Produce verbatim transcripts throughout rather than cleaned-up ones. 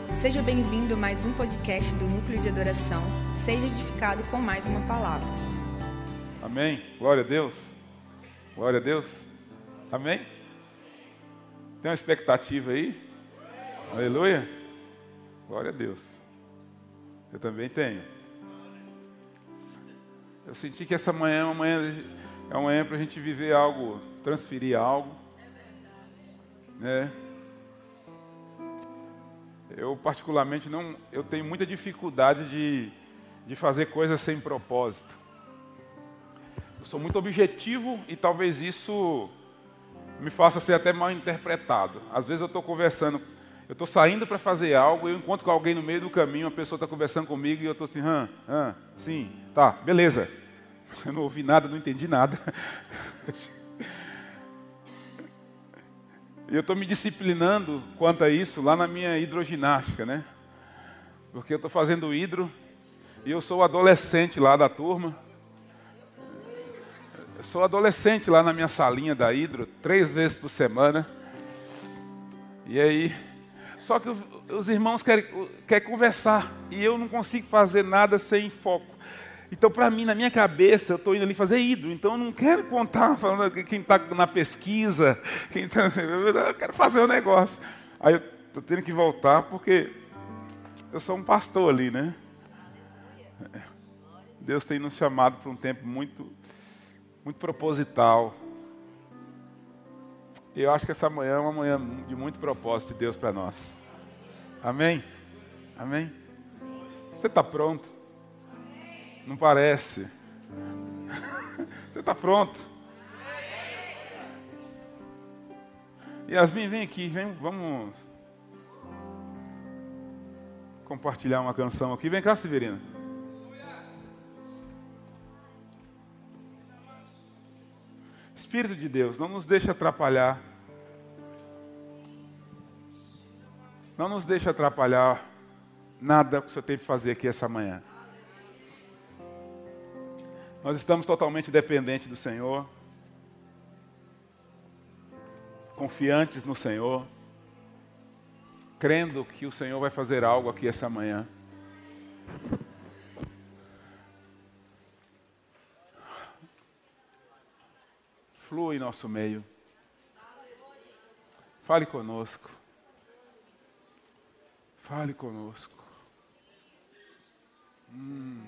Seja bem-vindo a mais um podcast do Núcleo de Adoração. Seja edificado com mais uma palavra. Amém. Glória a Deus. Glória a Deus. Amém. Tem uma expectativa aí? Aleluia. Glória a Deus. Eu também tenho. Eu senti que essa manhã é uma manhã, é uma manhã para a gente viver algo, transferir algo. Né? Eu particularmente não, eu tenho muita dificuldade de, de fazer coisas sem propósito. Eu sou muito objetivo e talvez isso me faça ser até mal interpretado. Às vezes eu estou conversando, eu estou saindo para fazer algo, eu encontro com alguém no meio do caminho, a pessoa está conversando comigo e eu estou assim, hã, hã, sim, tá, beleza. Eu não ouvi nada, não entendi nada. E eu estou me disciplinando quanto a isso lá na minha hidroginástica, né? Porque eu estou fazendo hidro e eu sou o adolescente lá da turma. Eu sou adolescente lá na minha salinha da hidro, três vezes por semana. E aí, só que os irmãos querem, querem conversar e eu não consigo fazer nada sem foco. Então, para mim, na minha cabeça, eu estou indo ali fazer hidro. Então, eu não quero contar falando quem está na pesquisa. Quem tá, eu quero fazer o um negócio. Aí eu estou tendo que voltar porque eu sou um pastor ali, né? Deus tem nos chamado para um tempo muito, muito proposital. E eu acho que essa manhã é uma manhã de muito propósito de Deus para nós. Amém? Amém? Você está pronto? Não parece. Você está pronto? Yasmin, vem aqui, vem, vamos compartilhar uma canção aqui. Vem cá, Severina. Espírito de Deus, não nos deixe atrapalhar. Não nos deixe atrapalhar nada que o Senhor tem para fazer aqui essa manhã. Nós estamos totalmente dependentes do Senhor, confiantes no Senhor, crendo que o Senhor vai fazer algo aqui essa manhã. Flua em nosso meio. Fale conosco. Fale conosco. Hum.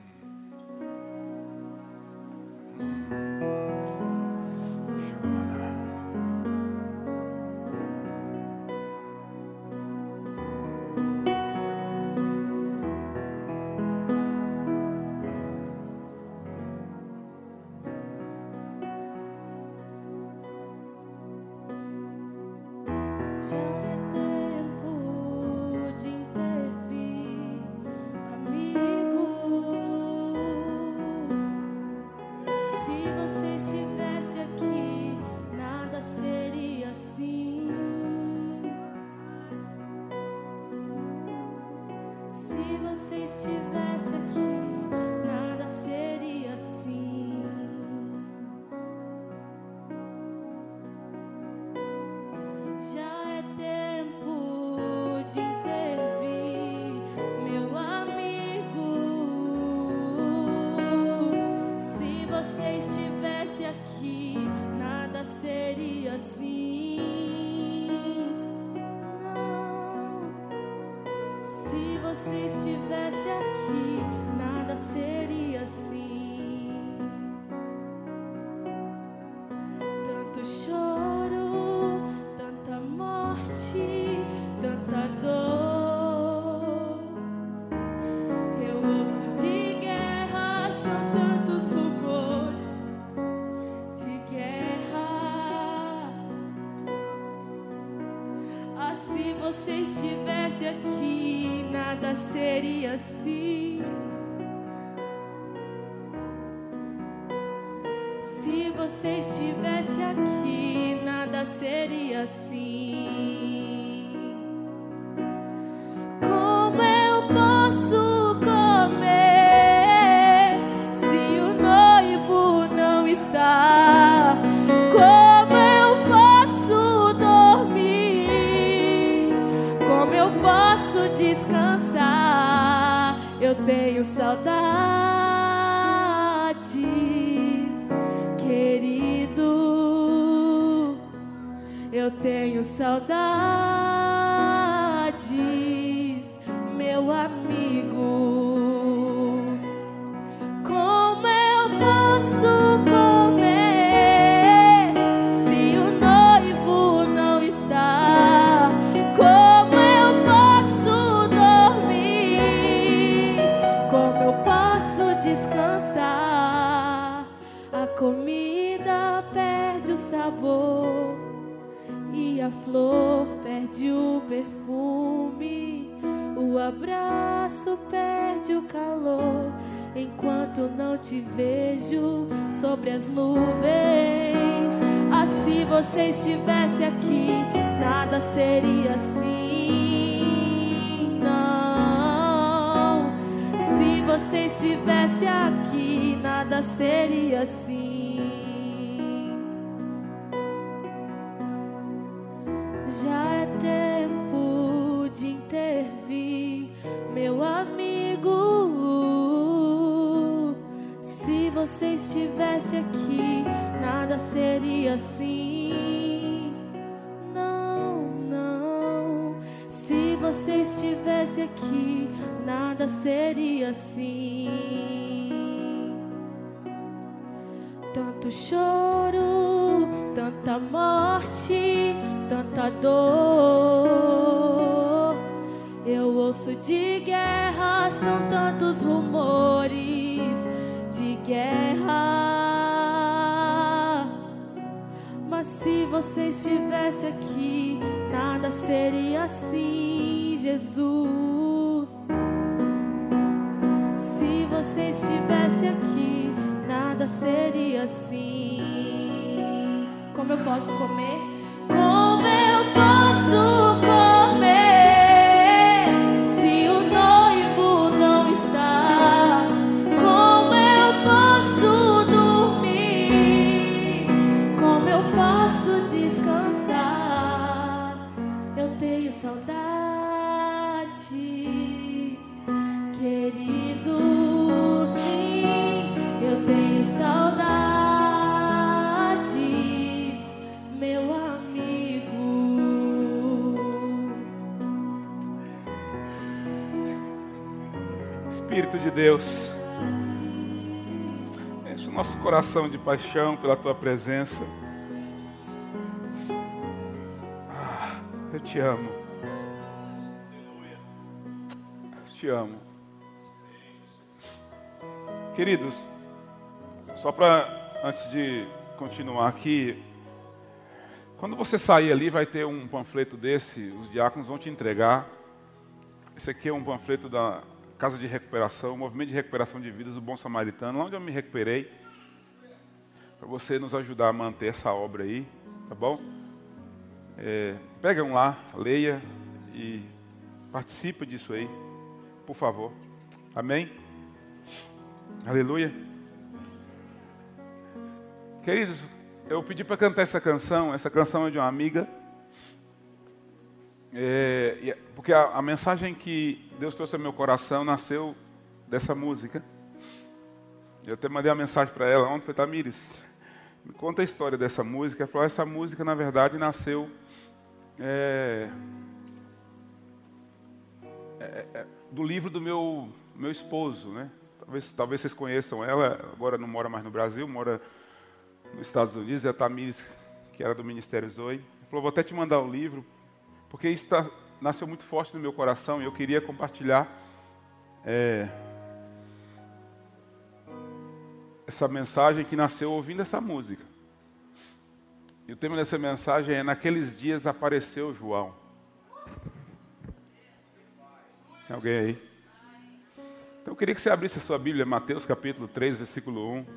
Como Como eu posso descansar? Eu tenho saudades, querido. Eu tenho saudades, meu amigo. Como eu posso comer se o noivo não está? Como eu posso dormir? Como eu posso descansar? A comida perde o sabor e a flor perde o perfume. O abraço perde o calor enquanto não te vejo sobre as nuvens. Ah, se você estivesse aqui, nada seria assim. Não. Se você estivesse aqui, nada seria assim. Já é tempo de intervir, meu amigo. Se você estivesse aqui, nada seria assim. Não, não. Se você estivesse aqui, nada seria assim. Tanto choro, tanta morte, tanta dor. Eu ouço de guerra, são tantos rumores de guerra. Mas se você estivesse aqui, nada seria assim, Jesus. Se você estivesse aqui, nada seria assim. Como eu posso comer? Como eu posso comer se o noivo não está? Como eu posso dormir? Como eu posso descansar? Eu tenho saudades, querido. Sim, eu tenho saudades, meu amigo. Espírito de Deus, enche o nosso coração de paixão pela Tua presença. Ah, eu te amo. Te amo. Queridos, só para, antes de continuar aqui, quando você sair ali vai ter um panfleto desse, os diáconos vão te entregar. Esse aqui é um panfleto da Casa de Recuperação, Movimento de Recuperação de Vidas do Bom Samaritano, lá onde eu me recuperei, para você nos ajudar a manter essa obra aí, tá bom? É, pega um lá, leia e participe disso aí, por favor. Amém? Aleluia. Queridos, eu pedi para cantar essa canção. Essa canção é de uma amiga. É, porque a, a mensagem que Deus trouxe ao meu coração nasceu dessa música. Eu até mandei uma mensagem para ela ontem. Falei, Tamires, me conta a história dessa música. Ela falou, essa música na verdade nasceu é, é, é, do livro do meu, meu esposo, né? Talvez, talvez vocês conheçam ela. Agora não mora mais no Brasil, mora nos Estados Unidos. É a Tamires, que era do Ministério Zoe. Ela falou, vou até te mandar o livro, porque isso tá, nasceu muito forte no meu coração e eu queria compartilhar é, essa mensagem que nasceu ouvindo essa música. E o tema dessa mensagem é: naqueles dias apareceu João. Tem alguém aí? Então eu queria que você abrisse a sua Bíblia, Mateus capítulo três, versículo um.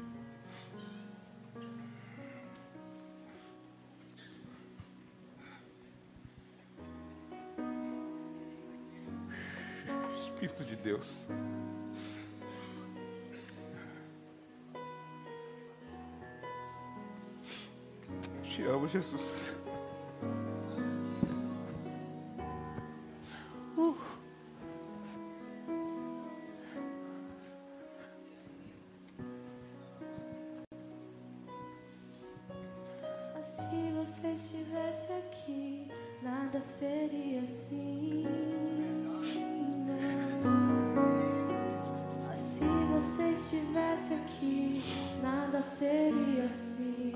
Espírito de Deus. Te amo, Jesus. você estivesse aqui, nada seria assim. Não. Se você estivesse aqui, nada seria assim.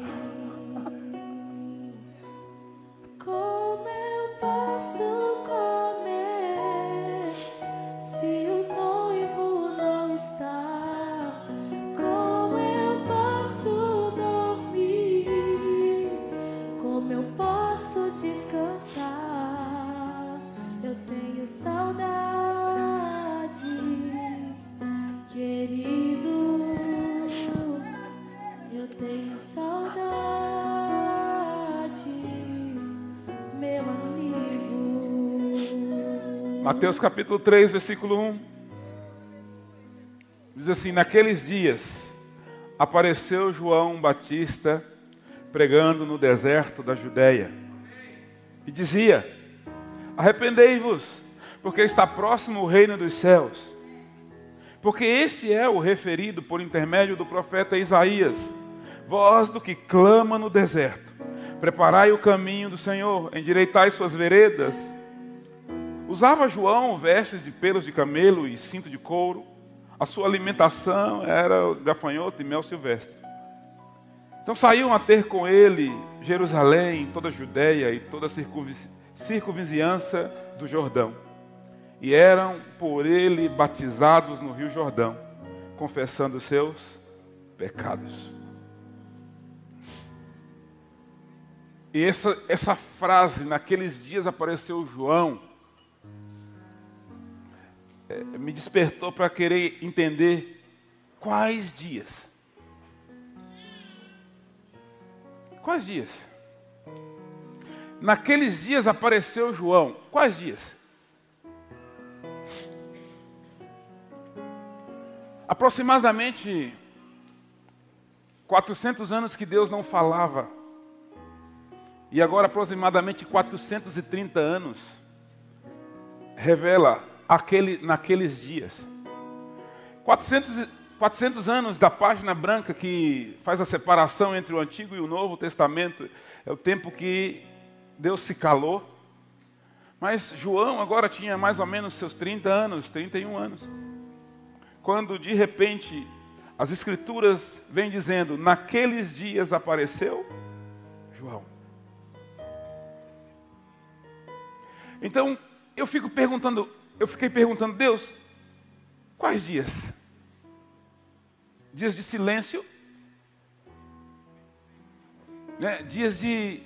Como eu posso comer se o noivo não está? Como eu posso dormir? Como eu posso descansar? Eu tenho saudades, querido. Eu tenho saudades, meu amigo. Mateus capítulo três, versículo um. Diz assim: naqueles dias apareceu João Batista pregando no deserto da Judéia e dizia: arrependei-vos, porque está próximo o reino dos céus. Porque esse é o referido por intermédio do profeta Isaías: voz do que clama no deserto, preparai o caminho do Senhor, endireitai suas veredas. Usava João vestes de pelos de camelo e cinto de couro. A sua alimentação era gafanhoto e mel silvestre. Então saíam a ter com ele Jerusalém, toda a Judéia e toda a circunvizinhança do Jordão. E eram por ele batizados no rio Jordão, confessando seus pecados. E essa, essa frase, naqueles dias apareceu João, é, me despertou para querer entender quais dias. Quais dias? Naqueles dias apareceu João. Quais dias? Aproximadamente quatrocentos anos que Deus não falava. E agora aproximadamente quatrocentos e trinta anos revela aquele, naqueles dias. quatrocentos, quatrocentos anos da página branca que faz a separação entre o Antigo e o Novo Testamento. É o tempo que Deus se calou. Mas João agora tinha mais ou menos seus trinta anos, trinta e um anos. Quando de repente as Escrituras vêm dizendo: naqueles dias apareceu João. Então eu fico perguntando, eu fiquei perguntando: Deus, quais dias? Dias de silêncio? Né? Dias de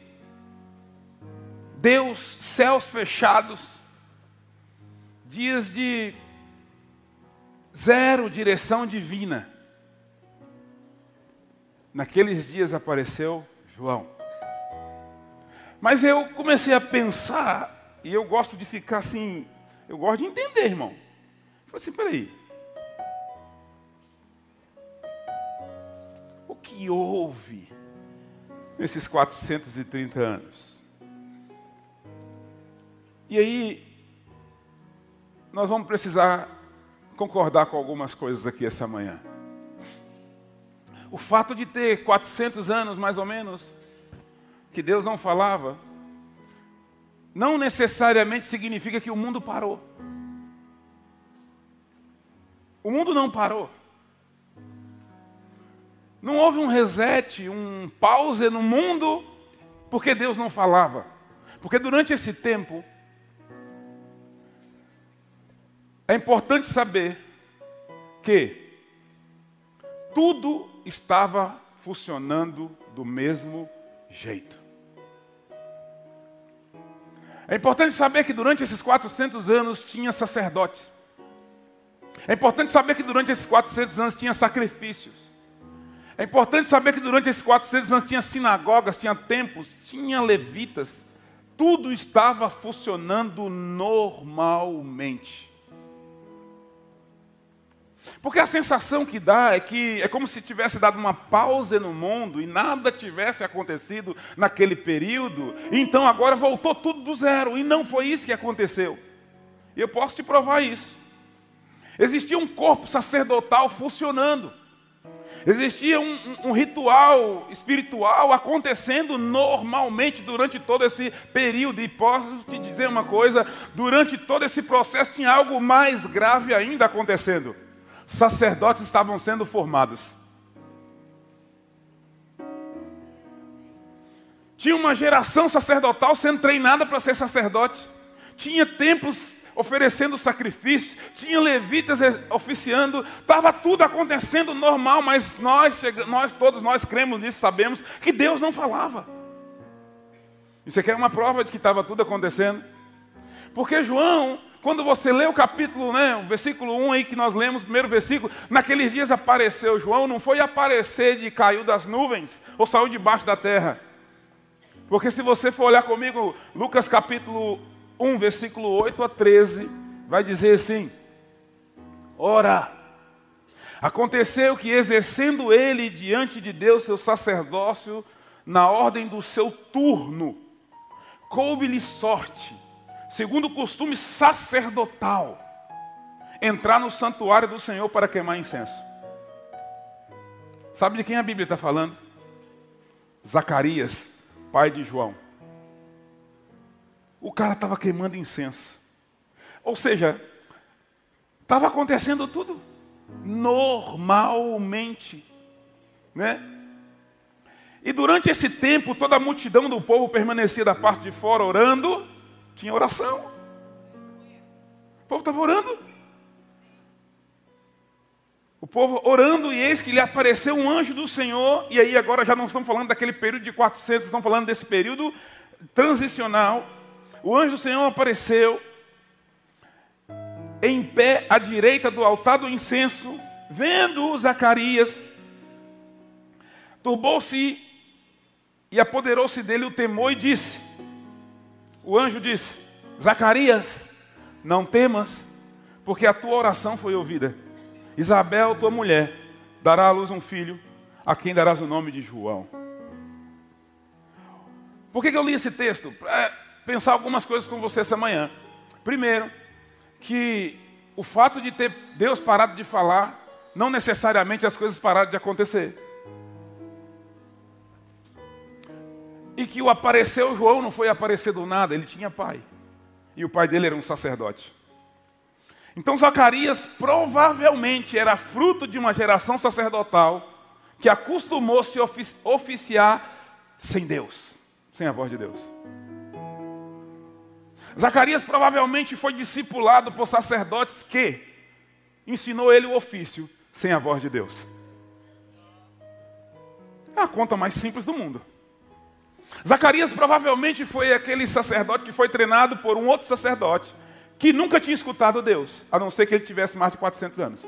Deus, céus fechados? Dias de zero direção divina? Naqueles dias apareceu João. Mas eu comecei a pensar, e eu gosto de ficar assim, eu gosto de entender, irmão. Eu falei assim: peraí, o que houve nesses quatrocentos e trinta anos? E aí, nós vamos precisar concordar com algumas coisas aqui essa manhã. O fato de ter quatrocentos anos, mais ou menos, que Deus não falava, não necessariamente significa que o mundo parou. O mundo não parou. Não houve um reset, um pause no mundo, porque Deus não falava. Porque durante esse tempo, é importante saber que tudo estava funcionando do mesmo jeito. É importante saber que durante esses quatrocentos anos tinha sacerdote. É importante saber que durante esses quatrocentos anos tinha sacrifícios. É importante saber que durante esses quatrocentos anos tinha sinagogas, tinha templos, tinha levitas. Tudo estava funcionando normalmente. Porque a sensação que dá é que é como se tivesse dado uma pausa no mundo e nada tivesse acontecido naquele período, e então agora voltou tudo do zero, e não foi isso que aconteceu. E eu posso te provar isso. Existia um corpo sacerdotal funcionando. Existia um, um, um ritual espiritual acontecendo normalmente durante todo esse período. E posso te dizer uma coisa, durante todo esse processo tinha algo mais grave ainda acontecendo. Sacerdotes estavam sendo formados. Tinha uma geração sacerdotal sendo treinada para ser sacerdote. Tinha templos oferecendo sacrifício. Tinha levitas oficiando. Estava tudo acontecendo normal, mas nós, nós todos nós cremos nisso, sabemos que Deus não falava. Isso aqui é uma prova de que estava tudo acontecendo. Porque João, quando você lê o capítulo, né, o versículo um aí que nós lemos, o primeiro versículo, naqueles dias apareceu João, não foi aparecer de caiu das nuvens ou saiu debaixo da terra. Porque se você for olhar comigo, Lucas capítulo um, versículo oito a treze, vai dizer assim: ora, aconteceu que exercendo ele diante de Deus seu sacerdócio, na ordem do seu turno, coube-lhe sorte, segundo o costume sacerdotal, entrar no santuário do Senhor para queimar incenso. Sabe de quem a Bíblia está falando? Zacarias, pai de João. O cara estava queimando incenso. Ou seja, estava acontecendo tudo normalmente, né? E durante esse tempo, toda a multidão do povo permanecia da parte de fora orando. Tinha oração. O povo estava orando. O povo orando, e eis que lhe apareceu um anjo do Senhor. E aí agora já não estamos falando daquele período de quatrocentos, estamos falando desse período transicional. O anjo do Senhor apareceu em pé à direita do altar do incenso, vendo Zacarias, turbou-se e apoderou-se dele o temor e disse, o anjo disse: Zacarias, não temas, porque a tua oração foi ouvida. Isabel, tua mulher, dará à luz um filho, a quem darás o nome de João. Por que que eu li esse texto? Para pensar algumas coisas com você essa manhã. Primeiro, que o fato de ter Deus parado de falar, não necessariamente as coisas pararam de acontecer. E que o apareceu João não foi aparecer do nada, ele tinha pai. E o pai dele era um sacerdote. Então Zacarias provavelmente era fruto de uma geração sacerdotal que acostumou-se a ofici- oficiar sem Deus, sem a voz de Deus. Zacarias provavelmente foi discipulado por sacerdotes que ensinou ele o ofício sem a voz de Deus. É a conta mais simples do mundo. Zacarias provavelmente foi aquele sacerdote que foi treinado por um outro sacerdote que nunca tinha escutado Deus, a não ser que ele tivesse mais de quatrocentos anos.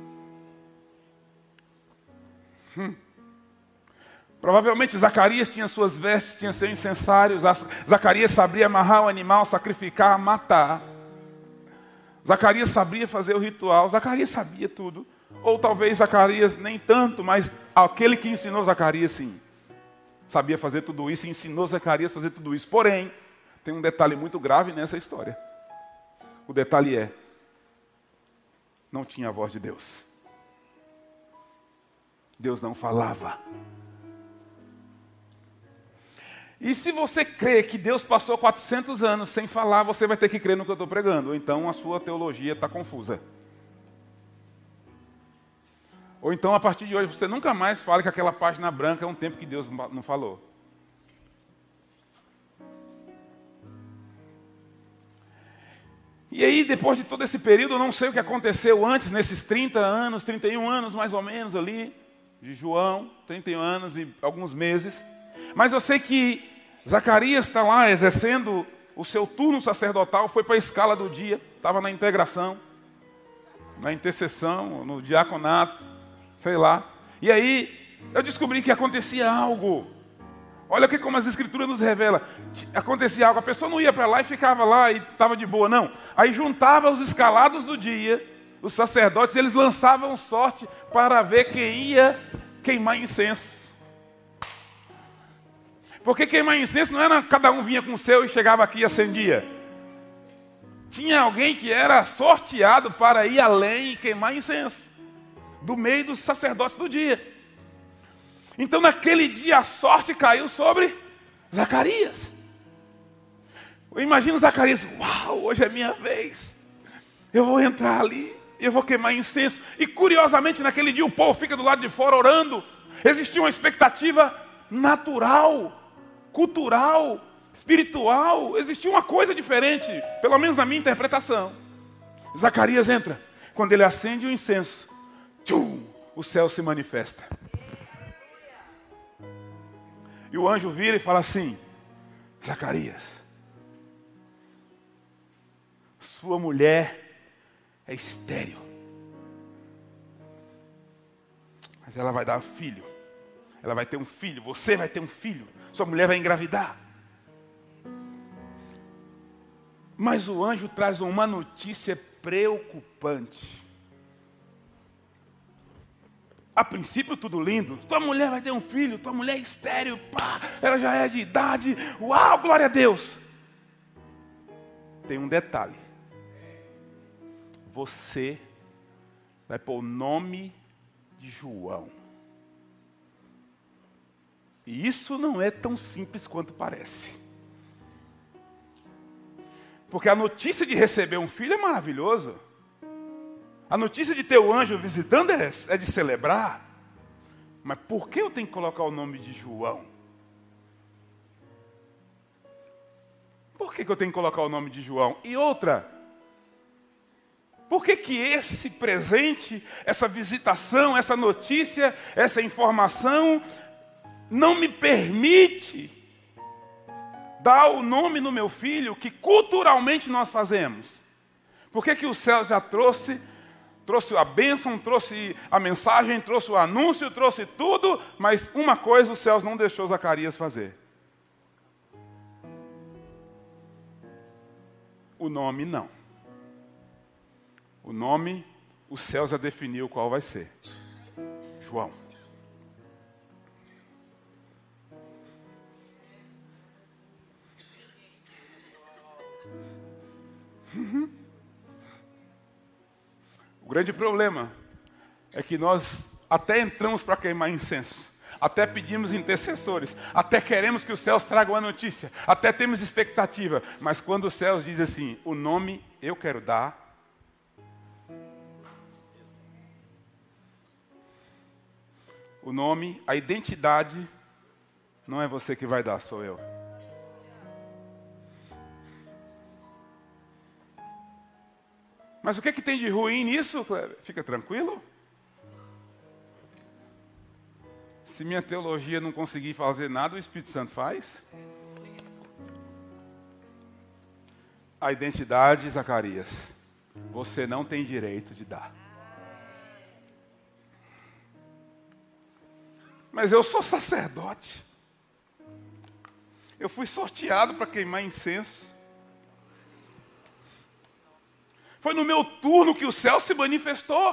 Hum. Provavelmente Zacarias tinha suas vestes, tinha seu incensário. Zacarias sabia amarrar o animal, sacrificar, matar. Zacarias sabia fazer o ritual. Zacarias sabia tudo. Ou talvez Zacarias nem tanto, mas aquele que ensinou Zacarias sim. Sabia fazer tudo isso e ensinou Zacarias a fazer tudo isso. Porém, tem um detalhe muito grave nessa história. O detalhe é, não tinha a voz de Deus. Deus não falava. E se você crê que Deus passou quatrocentos anos sem falar, você vai ter que crer no que eu estou pregando. Ou então a sua teologia está confusa. Ou então, a partir de hoje, você nunca mais fala que aquela página branca é um tempo que Deus não falou. E aí, depois de todo esse período, eu não sei o que aconteceu antes, nesses trinta anos, trinta e um anos mais ou menos ali, de João, trinta e um anos e alguns meses. Mas eu sei que Zacarias está lá exercendo o seu turno sacerdotal, foi para a escala do dia, estava na integração, na intercessão, no diaconato, sei lá. E aí, eu descobri que acontecia algo. Olha que como as escrituras nos revelam. Acontecia algo, a pessoa não ia para lá e ficava lá e estava de boa, não. Aí juntava os escalados do dia, os sacerdotes, eles lançavam sorte para ver quem ia queimar incenso. Porque queimar incenso não era cada um vinha com o seu e chegava aqui e acendia. Tinha alguém que era sorteado para ir além e queimar incenso. do meio dos sacerdotes do dia. Então naquele dia a sorte caiu sobre Zacarias. Eu imagino Zacarias, uau, hoje é minha vez. Eu vou entrar ali, eu vou queimar incenso. E curiosamente naquele dia o povo fica do lado de fora orando. Existia uma expectativa natural, cultural, espiritual. Existia uma coisa diferente, pelo menos na minha interpretação. Zacarias entra. Quando ele acende o incenso, tchum, o céu se manifesta. E o anjo vira e fala assim: Zacarias, sua mulher é estéril, mas ela vai dar filho. Ela vai ter um filho, você vai ter um filho, sua mulher vai engravidar. Mas o anjo traz uma notícia preocupante. A princípio tudo lindo, tua mulher vai ter um filho, tua mulher é estéril, pá, ela já é de idade, uau, glória a Deus. Tem um detalhe: você vai pôr o nome de João. E isso não é tão simples quanto parece. Porque a notícia de receber um filho é maravilhoso. A notícia de ter o anjo visitando é, é de celebrar. Mas por que eu tenho que colocar o nome de João? Por que, que eu tenho que colocar o nome de João? E outra, por que que esse presente, essa visitação, essa notícia, essa informação não me permite dar o nome no meu filho que culturalmente nós fazemos? Por que que o céu já trouxe, trouxe a bênção, trouxe a mensagem, trouxe o anúncio, trouxe tudo, mas uma coisa os céus não deixou Zacarias fazer: o nome não. O nome, o céu já definiu qual vai ser: João. Uhum. O grande problema é que nós até entramos para queimar incenso, até pedimos intercessores, até queremos que os céus tragam a notícia, até temos expectativa, mas quando os céus dizem assim: o nome eu quero dar, o nome, a identidade, não é você que vai dar, sou eu. Mas o que, que tem de ruim nisso? Fica tranquilo. Se minha teologia não conseguir fazer nada, o Espírito Santo faz. A identidade, Zacarias, você não tem direito de dar. Mas eu sou sacerdote. Eu fui sorteado para queimar incenso. Foi no meu turno que o céu se manifestou.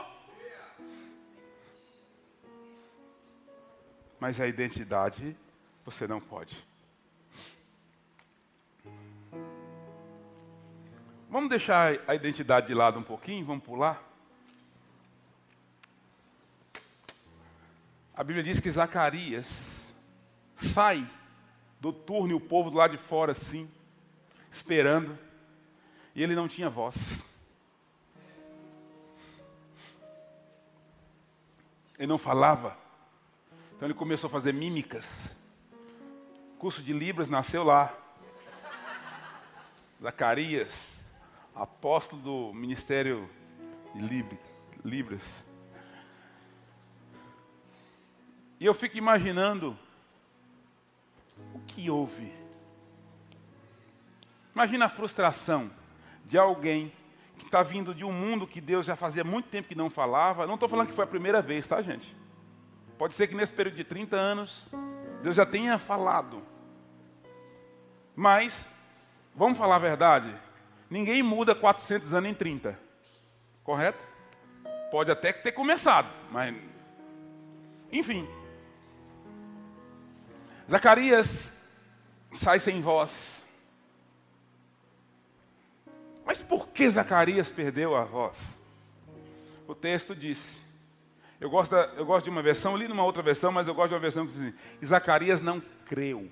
Mas a identidade você não pode. Vamos deixar a identidade de lado um pouquinho, vamos pular. A Bíblia diz que Zacarias sai do turno e o povo do lado de fora assim, esperando, e ele não tinha voz. Ele não falava. Então ele começou a fazer mímicas. O curso de Libras nasceu lá. Zacarias, apóstolo do ministério de Libras. E eu fico imaginando o que houve. Imagina a frustração de alguém que está vindo de um mundo que Deus já fazia muito tempo que não falava. Não estou falando que foi a primeira vez, tá, gente? Pode ser que nesse período de trinta anos, Deus já tenha falado. Mas, vamos falar a verdade, ninguém muda quatrocentos anos em trinta. Correto? Pode até ter começado, mas... Enfim. Zacarias sai sem voz. Mas por que Zacarias perdeu a voz? O texto diz Eu gosto, da, eu gosto de uma versão, eu li numa outra versão, mas eu gosto de uma versão que diz assim, Zacarias não creu.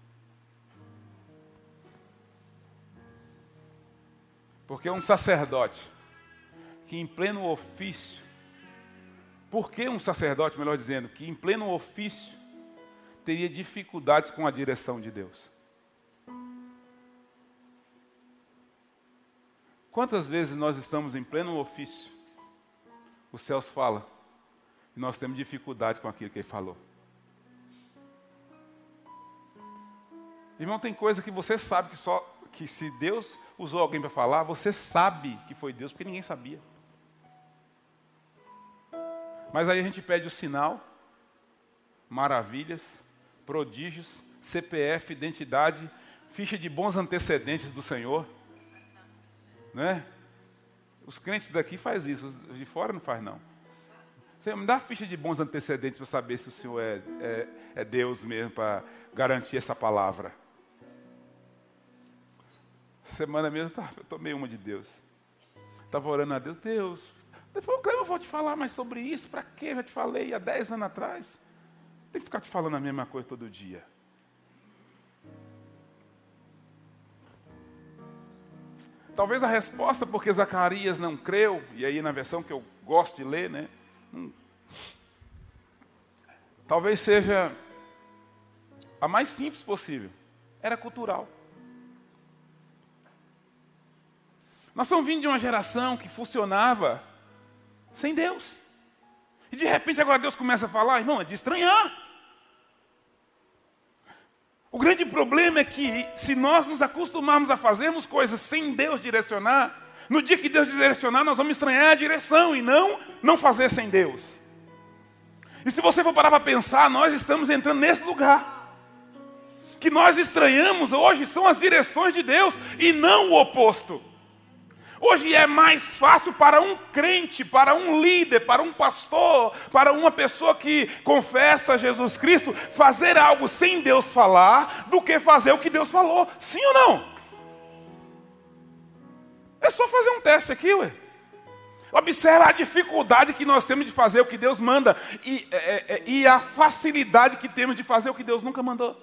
Porque um sacerdote que em pleno ofício, por que um sacerdote, melhor dizendo, que em pleno ofício teria dificuldades com a direção de Deus? Quantas vezes nós estamos em pleno ofício, os céus falam, e nós temos dificuldade com aquilo que Ele falou? Irmão, tem coisa que você sabe que só que se Deus usou alguém para falar, você sabe que foi Deus, porque ninguém sabia. Mas aí a gente pede o sinal, maravilhas, prodígios, C P F, identidade, ficha de bons antecedentes do Senhor. Né? Os crentes daqui fazem isso, os de fora não faz não. Senhor, me dá a ficha de bons antecedentes para saber se o Senhor é, é, é Deus mesmo, para garantir essa palavra. Semana mesmo eu tomei uma de Deus. Estava orando a Deus, Deus, Deus falou, Cleber, eu vou te falar mais sobre isso, para quê? Eu já te falei há dez anos atrás. Tem que ficar te falando a mesma coisa todo dia. Talvez a resposta porque Zacarias não creu, e aí na versão que eu gosto de ler, né? Hum, talvez seja a mais simples possível. Era cultural. Nós estamos vindo de uma geração que funcionava sem Deus. E de repente agora Deus começa a falar, irmão, é de estranhar. O grande problema é que se nós nos acostumarmos a fazermos coisas sem Deus direcionar, no dia que Deus direcionar, nós vamos estranhar a direção e não, não fazer sem Deus. E se você for parar para pensar, nós estamos entrando nesse lugar. Que nós estranhamos hoje são as direções de Deus e não o oposto. Hoje é mais fácil para um crente, para um líder, para um pastor, para uma pessoa que confessa Jesus Cristo, fazer algo sem Deus falar, do que fazer o que Deus falou. Sim ou não? É só fazer um teste aqui, ué. Observa a dificuldade que nós temos de fazer o que Deus manda e, é, é, e a facilidade que temos de fazer o que Deus nunca mandou.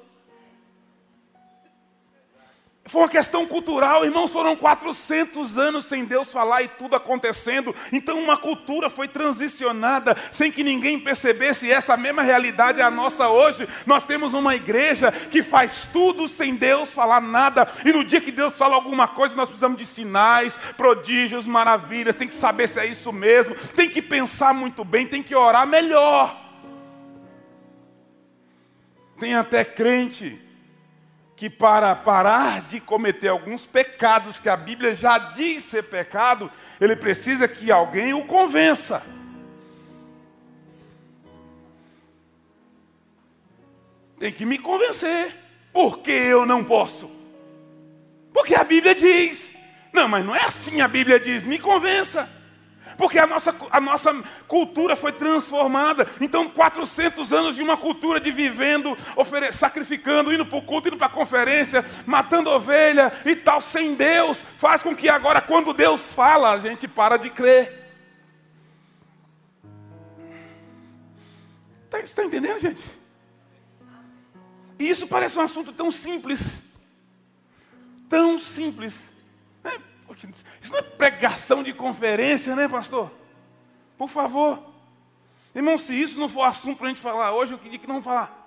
Foi uma questão cultural, irmãos, foram quatrocentos anos sem Deus falar e tudo acontecendo. Então uma cultura foi transicionada sem que ninguém percebesse. E essa mesma realidade é a nossa hoje. Nós temos uma igreja que faz tudo sem Deus falar nada. E no dia que Deus fala alguma coisa, nós precisamos de sinais, prodígios, maravilhas. Tem que saber se é isso mesmo. Tem que pensar muito bem, tem que orar melhor. Tem até crente que para parar de cometer alguns pecados que a Bíblia já diz ser pecado, ele precisa que alguém o convença. Tem que me convencer. Por que eu não posso? Porque a Bíblia diz. Não, mas não é assim a Bíblia diz. Me convença. Porque a nossa, a nossa cultura foi transformada. Então, quatrocentos anos de uma cultura de vivendo, ofere- sacrificando, indo para o culto, indo para a conferência, matando ovelha e tal, sem Deus, faz com que agora, quando Deus fala, a gente para de crer. Tá, você está entendendo, gente? E isso parece um assunto tão simples. Tão simples. É, isso não é pregação de conferência, né, pastor? Por favor. Irmão, se isso não for assunto para a gente falar hoje, eu que digo que não vamos falar.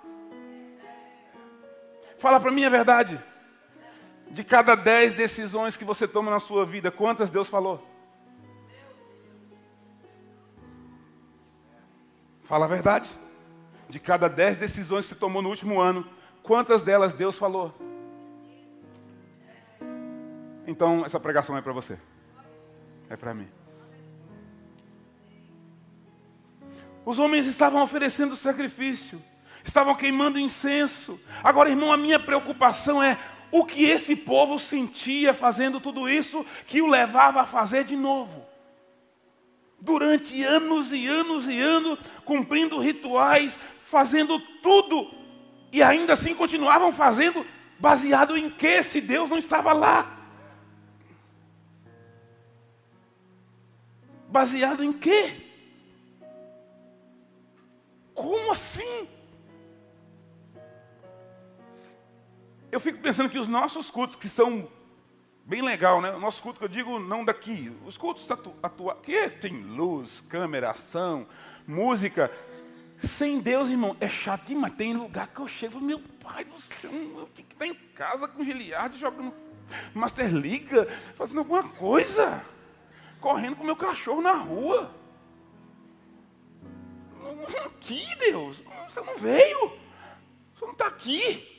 Fala para mim a verdade. De cada dez decisões que você toma na sua vida, quantas Deus falou? Fala a verdade. De cada dez decisões que você tomou no último ano, quantas delas Deus falou? Então, essa pregação é para você. É para mim. Os homens estavam oferecendo sacrifício. Estavam queimando incenso. Agora, irmão, a minha preocupação é o que esse povo sentia fazendo tudo isso que o levava a fazer de novo. Durante anos e anos e anos, cumprindo rituais, fazendo tudo. E ainda assim continuavam fazendo, baseado em quê? Se Deus não estava lá. Baseado em quê? Eu fico pensando que os nossos cultos, que são bem legal, né? O nosso culto, que eu digo, não daqui. Os cultos atuais, que tem luz, câmera, ação, música. Sem Deus, irmão, é chato demais. Tem lugar que eu chego e falo, meu pai do céu, eu tenho que estar em casa com Giliardi, jogando Master League, fazendo alguma coisa. Correndo com o meu cachorro na rua. Aqui, Deus, você não veio. Você não está aqui.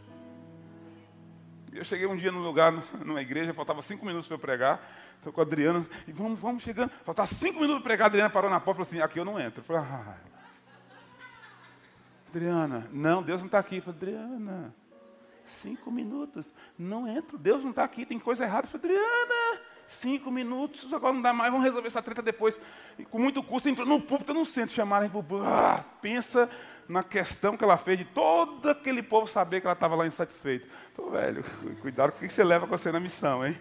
Eu cheguei um dia num lugar, numa igreja, faltava cinco minutos para eu pregar. Estou com a Adriana, e vamos, vamos chegando. Faltava cinco minutos para pregar, a Adriana parou na porta e falou assim, aqui eu não entro. Eu falei, ah, Adriana, não, Deus não está aqui. Eu falei, Adriana, cinco minutos, não entro, Deus não está aqui, tem coisa errada. Eu falei, Adriana, cinco minutos, agora não dá mais, vamos resolver essa treta depois. E com muito custo, entrou no púlpito, eu não sento, chamaram para o púlpito. Ah, pensa na questão que ela fez de todo aquele povo saber que ela estava lá insatisfeita. Pô, velho, cuidado com o que você leva com você na missão, hein?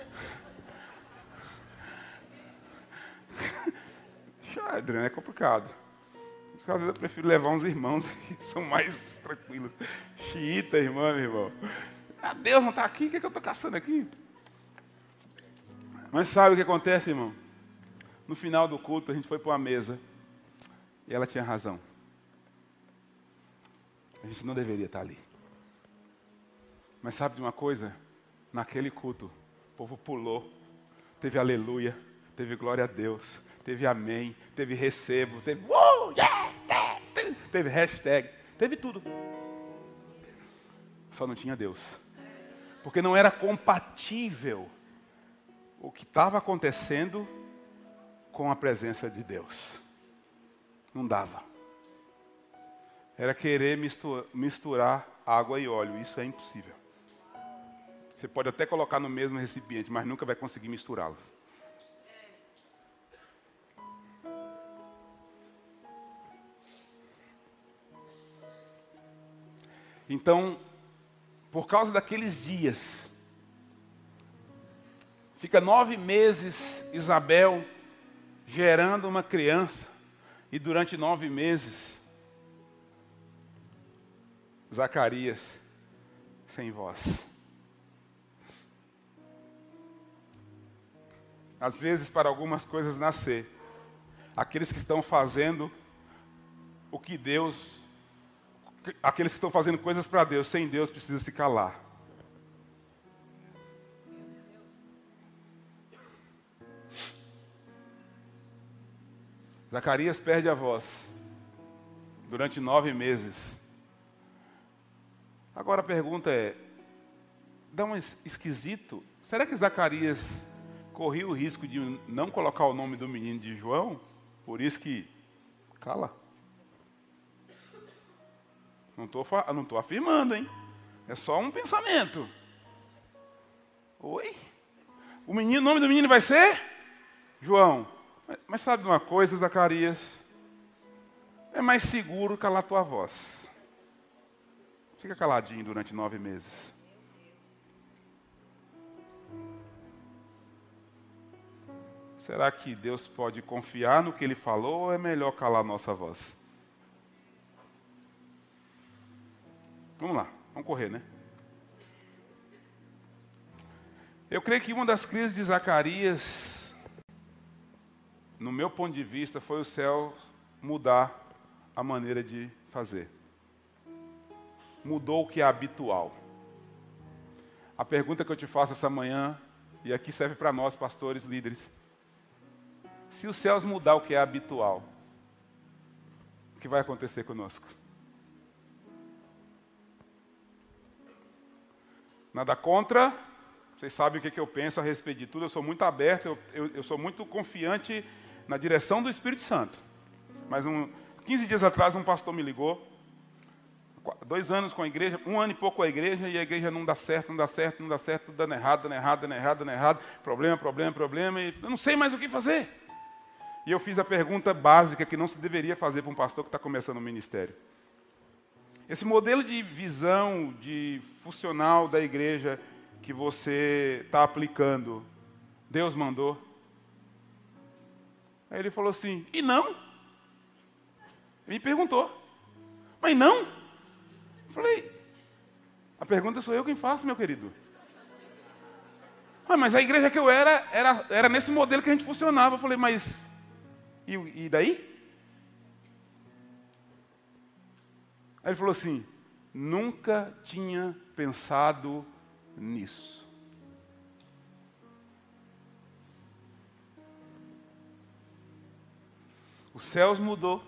Adriana, é complicado. Às vezes eu prefiro levar uns irmãos que são mais tranquilos. Xiita, irmã, meu irmão. Ah, Deus não está aqui, o que, é que eu estou caçando aqui? Mas sabe o que acontece, irmão? No final do culto, a gente foi para uma mesa e ela tinha razão. A gente não deveria estar ali. Mas sabe de uma coisa? Naquele culto, o povo pulou, teve aleluia, teve glória a Deus, teve amém, teve recebo, teve uh, yeah, yeah, teve hashtag, teve tudo. Só não tinha Deus. Porque não era compatível o que estava acontecendo com a presença de Deus. Não dava. Era querer misturar, misturar água e óleo. Isso é impossível. Você pode até colocar no mesmo recipiente, mas nunca vai conseguir misturá-los. Então, por causa daqueles dias, fica nove meses Isabel gerando uma criança, e durante nove meses, Zacarias sem voz. Às vezes, para algumas coisas nascer, aqueles que estão fazendo o que Deus, aqueles que estão fazendo coisas para Deus, sem Deus, precisa se calar. Zacarias perde a voz durante nove meses. Agora a pergunta é, dá um esquisito, será que Zacarias corria o risco de não colocar o nome do menino de João? Por isso que, cala. Não estou não tô afirmando, hein? É só um pensamento. Oi? O menino, o nome do menino vai ser? João. Mas, mas sabe de uma coisa, Zacarias? É mais seguro calar tua voz. Fica caladinho durante nove meses. Será que Deus pode confiar no que Ele falou ou é melhor calar nossa voz? Vamos lá, vamos correr, né? Eu creio que uma das crises de Zacarias, no meu ponto de vista, foi o céu mudar a maneira de fazer. Mudou o que é habitual. A pergunta que eu te faço essa manhã, e aqui serve para nós, pastores, líderes. Se os céus mudar o que é habitual, o que vai acontecer conosco? Nada contra, vocês sabem o que, que eu penso a respeito de tudo, eu sou muito aberto, eu, eu, eu sou muito confiante na direção do Espírito Santo. Mas um, quinze dias atrás um pastor me ligou, dois anos com a igreja, um ano e pouco com a igreja, e a igreja não dá certo, não dá certo, não dá certo, tudo dando errado, dando errado, dando errado, dando errado, problema, problema, problema, e eu não sei mais o que fazer. E eu fiz a pergunta básica que não se deveria fazer para um pastor que está começando o ministério. Esse modelo de visão, de funcional da igreja que você está aplicando, Deus mandou? Aí ele falou assim, e não? Ele me perguntou, mas não? Eu falei, A pergunta sou eu quem faço, meu querido. Ah, mas a igreja que eu era, era, era nesse modelo que a gente funcionava. Eu falei, mas e, e daí? Aí ele falou assim, nunca tinha pensado nisso. Os céus mudou,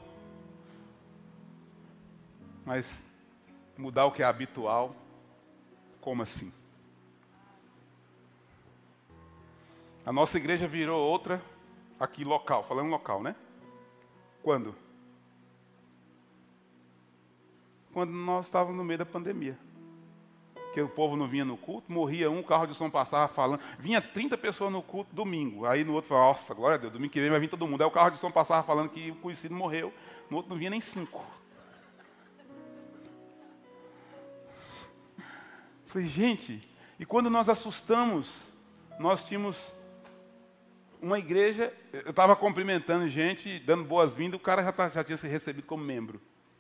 mas mudar o que é habitual, como assim? A nossa igreja virou outra, aqui local, falando local, né? Quando? Quando nós estávamos no meio da pandemia. Que o povo não vinha no culto, morria um, o carro de som passava falando. Vinha trinta pessoas no culto domingo. Aí no outro falava, nossa, glória a Deus, domingo que vem vai vir todo mundo. Aí o carro de som passava falando que o conhecido morreu. No outro não vinha nem cinco. Falei, gente, e quando nós assustamos, nós tínhamos uma igreja, eu estava cumprimentando gente, dando boas-vindas, o cara já, tá, já tinha se recebido como membro.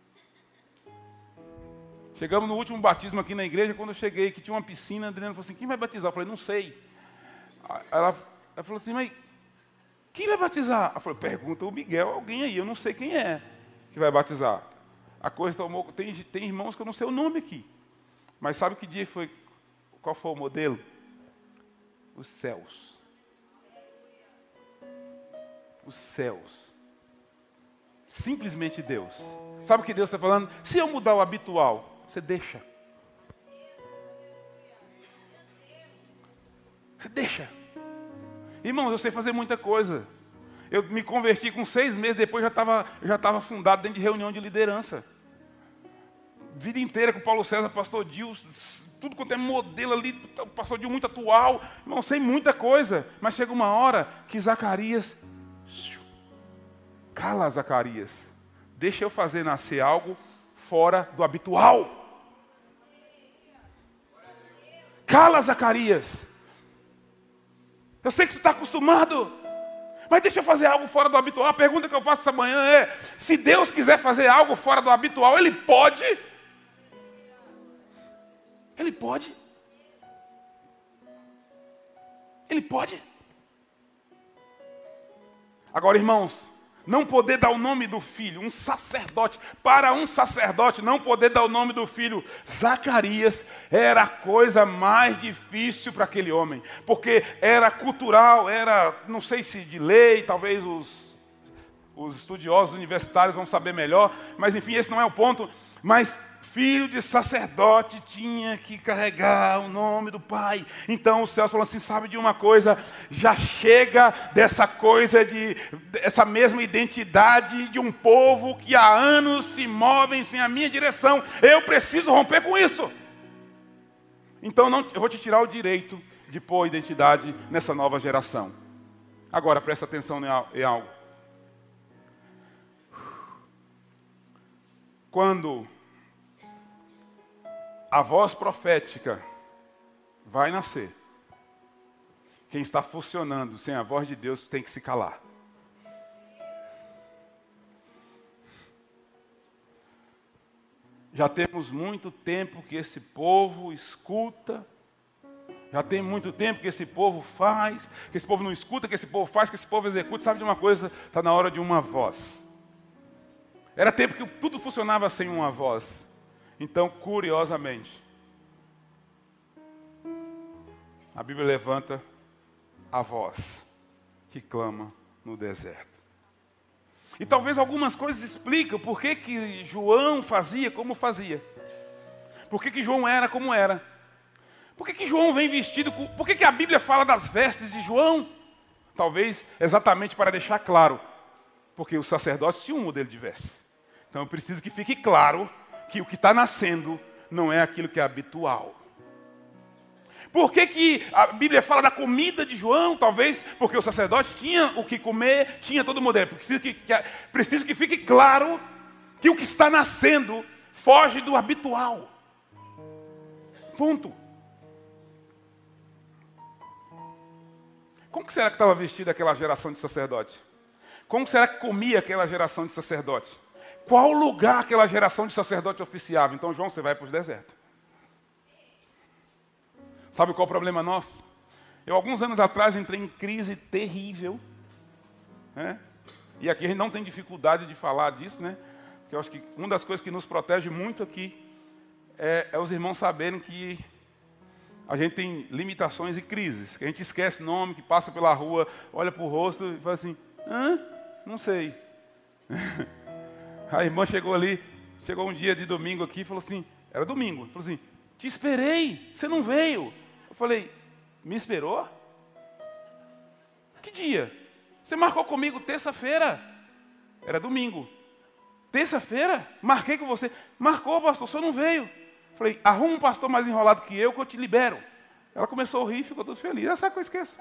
Chegamos no último batismo aqui na igreja, quando eu cheguei, que tinha uma piscina, a Adriana falou assim, quem vai batizar? Eu falei, não sei. Ela, ela falou assim, mas quem vai batizar? Eu falei, pergunta o Miguel, alguém aí, eu não sei quem é que vai batizar. A coisa tomou, tem, tem irmãos que eu não sei o nome aqui. Mas sabe que dia foi, qual foi o modelo? Os céus. Os céus. Simplesmente Deus. Sabe o que Deus está falando? Se eu mudar o habitual, você deixa. Você deixa. Irmãos, eu sei fazer muita coisa. Eu me converti com seis meses, depois já estava já estava fundado dentro de reunião de liderança. Vida inteira com o Paulo César, pastor Dil, tudo quanto é modelo ali, pastor Dil muito atual. Irmão, sei muita coisa. Mas chega uma hora que Zacarias... Cala, Zacarias. Deixa eu fazer nascer algo fora do habitual. Cala, Zacarias. Eu sei que você está acostumado, mas deixa eu fazer algo fora do habitual. A pergunta que eu faço essa manhã é, se Deus quiser fazer algo fora do habitual, Ele pode? Ele pode? Ele pode? Agora, irmãos, não poder dar o nome do filho, um sacerdote, para um sacerdote não poder dar o nome do filho, Zacarias, era a coisa mais difícil para aquele homem, porque era cultural, era, não sei se de lei, talvez os, os estudiosos universitários vão saber melhor, mas enfim, esse não é o ponto, mas filho de sacerdote tinha que carregar o nome do pai. Então o céu falou assim, sabe de uma coisa, já chega dessa coisa de, essa mesma identidade de um povo que há anos se movem sem a minha direção. Eu preciso romper com isso. Então não, eu vou te tirar o direito de pôr identidade nessa nova geração. Agora presta atenção em algo. Quando a voz profética vai nascer, quem está funcionando sem a voz de Deus tem que se calar. Já temos muito tempo que esse povo escuta, já tem muito tempo que esse povo faz, que esse povo não escuta, que esse povo faz, que esse povo executa. Sabe de uma coisa? Está na hora de uma voz. Era tempo que tudo funcionava sem uma voz. Então, curiosamente, a Bíblia levanta a voz que clama no deserto. E talvez algumas coisas explicam por que que João fazia como fazia. Por que que João era como era. Por que que João vem vestido com... Por que que a Bíblia fala das vestes de João? Talvez exatamente para deixar claro. Porque os sacerdotes tinham um modelo de vestes. Então eu preciso que fique claro que o que está nascendo não é aquilo que é habitual. Por que que a Bíblia fala da comida de João? Talvez porque o sacerdote tinha o que comer, tinha todo o modelo. Preciso que, que, preciso que fique claro que o que está nascendo foge do habitual. Ponto. Como que será que estava vestida aquela geração de sacerdote? Como será que comia aquela geração de sacerdote? Qual lugar aquela geração de sacerdote oficiava? Então, João, você vai para o deserto. Sabe qual é o problema nosso? Eu, alguns anos atrás, entrei em crise terrível, né? E aqui a gente não tem dificuldade de falar disso, né? Porque eu acho que uma das coisas que nos protege muito aqui é, é os irmãos saberem que a gente tem limitações e crises. Que a gente esquece nome, que passa pela rua, olha para o rosto e fala assim, hã? Não sei. A irmã chegou ali, chegou um dia de domingo aqui e falou assim, era domingo, falou assim, te esperei, você não veio. Eu falei, me esperou? Que dia? Você marcou comigo terça-feira. Era domingo. Terça-feira? Marquei com você. Marcou, pastor, o senhor não veio. Falei, arruma um pastor mais enrolado que eu, que eu te libero. Ela começou a rir e ficou toda feliz. Essa é que eu esqueço.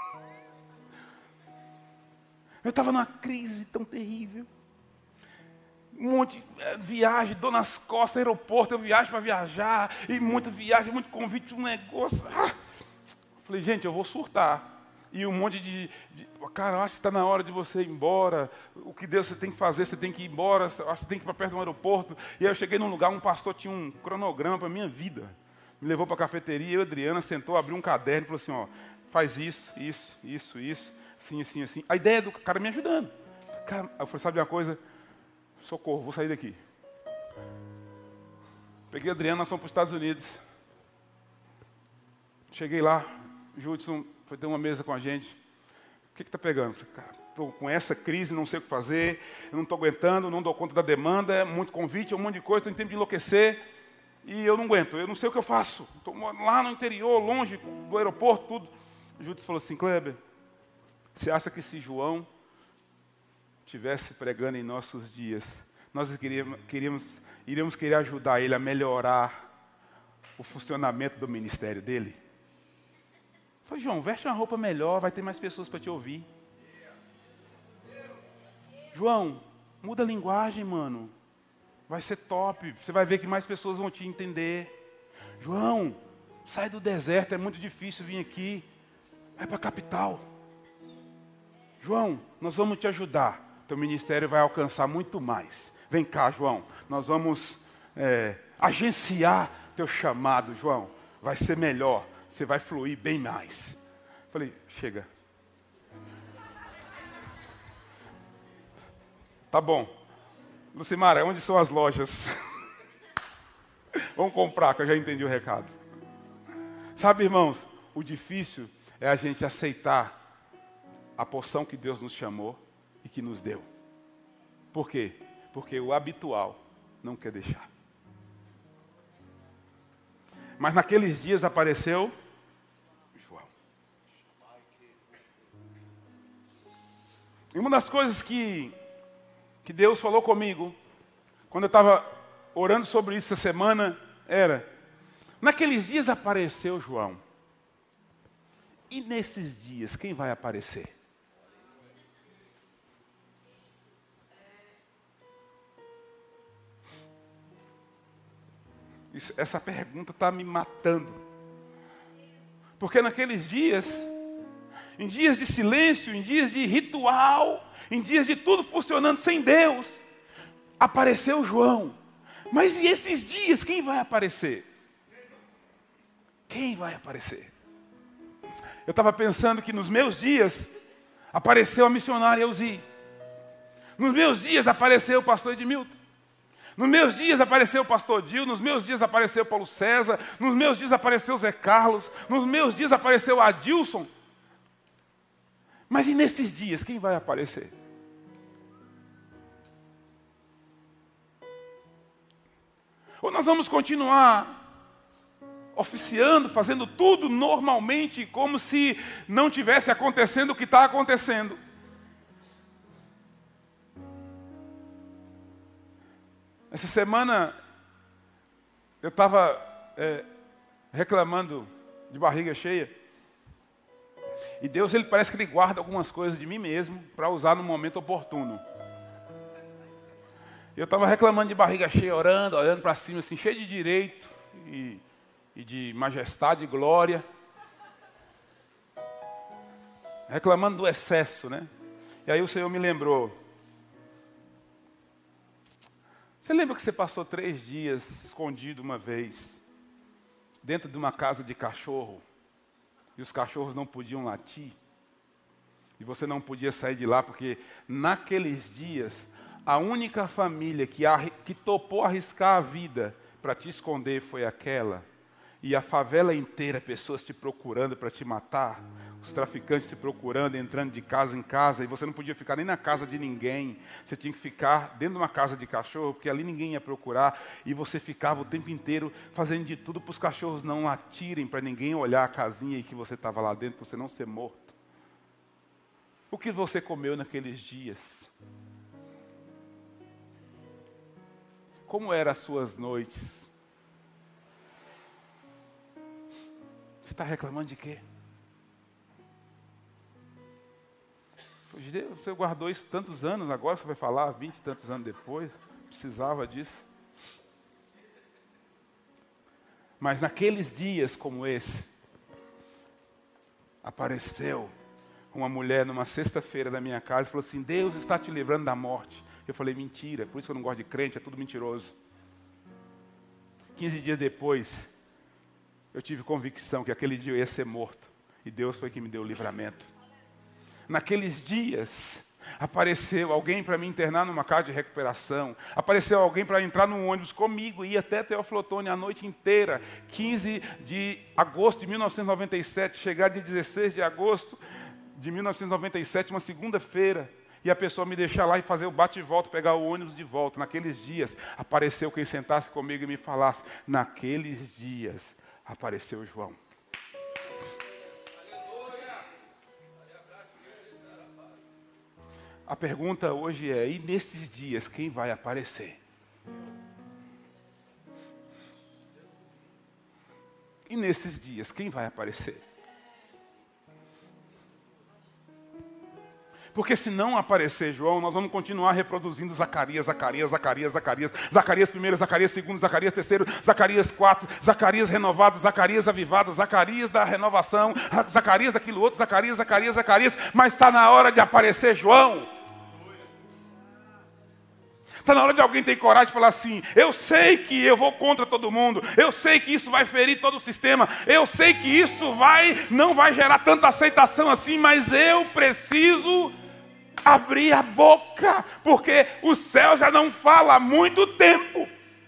Eu estava numa crise tão terrível. Um monte de viagem, dor nas costas, aeroporto, eu viajo para viajar, e muita viagem, muito convite, um negócio. Ah! Falei, gente, eu vou surtar. E um monte de, de cara, eu acho que está na hora de você ir embora. O que Deus você tem que fazer, você tem que ir embora, acho que você tem que ir para perto do aeroporto. E aí eu cheguei num lugar, um pastor tinha um cronograma para a minha vida. Me levou para a cafeteria, eu e a Adriana sentou, abriu um caderno e falou assim, ó, faz isso, isso, isso, isso, assim, assim, assim. A ideia do cara me ajudando. Cara, eu falei, sabe uma coisa? Socorro, vou sair daqui. Peguei a Adriana, nós fomos para os Estados Unidos. Cheguei lá, o Judson foi ter uma mesa com a gente. O que está pegando? Falei, cara, estou com essa crise, não sei o que fazer, eu não estou aguentando, não dou conta da demanda, é muito convite, é um monte de coisa, estou em tempo de enlouquecer e eu não aguento, eu não sei o que eu faço. Estou lá no interior, longe do aeroporto, tudo. O Judson falou assim, Kleber, você acha que se João estivesse pregando em nossos dias, nós queríamos, queríamos, iríamos querer ajudar ele a melhorar o funcionamento do ministério dele? Eu falei, João, veste uma roupa melhor, vai ter mais pessoas para te ouvir. João, muda a linguagem, mano. Vai ser top, você vai ver que mais pessoas vão te entender. João, sai do deserto, é muito difícil vir aqui. Vai para a capital. João, nós vamos te ajudar. Teu ministério vai alcançar muito mais. Vem cá, João. Nós vamos é, agenciar teu chamado, João. Vai ser melhor. Você vai fluir bem mais. Falei, chega. Tá bom. Lucimara, onde são as lojas? Vamos comprar, que eu já entendi o recado. Sabe, irmãos, o difícil é a gente aceitar a porção que Deus nos chamou e que nos deu. Por quê? Porque o habitual não quer deixar. Mas naqueles dias apareceu João. E uma das coisas que, que Deus falou comigo, quando eu estava orando sobre isso essa semana, era, naqueles dias apareceu João. E nesses dias, quem vai aparecer? Isso, essa pergunta está me matando. Porque naqueles dias, em dias de silêncio, em dias de ritual, em dias de tudo funcionando sem Deus, apareceu João. Mas e esses dias, quem vai aparecer? Quem vai aparecer? Eu estava pensando que nos meus dias, apareceu a missionária Elzi. Nos meus dias apareceu o pastor Edmilton. Nos meus dias apareceu o pastor Dil, nos meus dias apareceu o Paulo César, nos meus dias apareceu o Zé Carlos, nos meus dias apareceu o Adilson. Mas e nesses dias, quem vai aparecer? Ou nós vamos continuar oficiando, fazendo tudo normalmente, como se não tivesse acontecendo o que está acontecendo? Essa semana, eu estava é, reclamando de barriga cheia. E Deus, ele parece que ele guarda algumas coisas de mim mesmo para usar no momento oportuno. Eu estava reclamando de barriga cheia, orando, olhando para cima, assim, cheio de direito e, e de majestade e glória. Reclamando do excesso, né? E aí o Senhor me lembrou. Você lembra que você passou três dias escondido uma vez? dentro de uma casa de cachorro, e os cachorros não podiam latir, e você não podia sair de lá, porque naqueles dias, a única família que, arri- que topou arriscar a vida para te esconder foi aquela. E a favela inteira, pessoas te procurando para te matar, os traficantes te procurando, entrando de casa em casa, e você não podia ficar nem na casa de ninguém, você tinha que ficar dentro de uma casa de cachorro, porque ali ninguém ia procurar, e você ficava o tempo inteiro fazendo de tudo para os cachorros não latirem, para ninguém olhar a casinha e que você estava lá dentro, para você não ser morto. O que você comeu naqueles dias? Como eram as suas noites? Você está reclamando de quê? Você guardou isso tantos anos, agora você vai falar vinte e tantos anos depois? Precisava disso. Mas naqueles dias como esse, apareceu uma mulher numa sexta-feira na minha casa e falou assim: Deus está te livrando da morte. Eu falei: mentira, por isso que eu não gosto de crente, é tudo mentiroso. quinze dias depois, eu tive convicção que aquele dia eu ia ser morto. E Deus foi que me deu o livramento. Naqueles dias, apareceu alguém para me internar numa casa de recuperação. Apareceu alguém para entrar num ônibus comigo e ir até Teófilo Otoni a noite inteira. quinze de agosto de mil novecentos e noventa e sete, chegar de dezesseis de agosto de mil novecentos e noventa e sete, uma segunda-feira. E a pessoa me deixar lá e fazer o bate e volta, pegar o ônibus de volta. Naqueles dias, apareceu quem sentasse comigo e me falasse. Naqueles dias, apareceu João. A pergunta hoje é, e nesses dias, quem vai aparecer? E nesses dias, quem vai aparecer? Porque se não aparecer João, nós vamos continuar reproduzindo Zacarias, Zacarias, Zacarias, Zacarias, Zacarias primeiro, Zacarias segundo, Zacarias terceiro, Zacarias quatro, Zacarias renovado, Zacarias avivado, Zacarias da renovação, Zacarias daquilo outro, Zacarias, Zacarias, Zacarias, mas está na hora de aparecer João. Está na hora de alguém ter coragem de falar assim: eu sei que eu vou contra todo mundo, eu sei que isso vai ferir todo o sistema, eu sei que isso vai, não vai gerar tanta aceitação assim, mas eu preciso abrir a boca, porque o céu já não fala há muito tempo.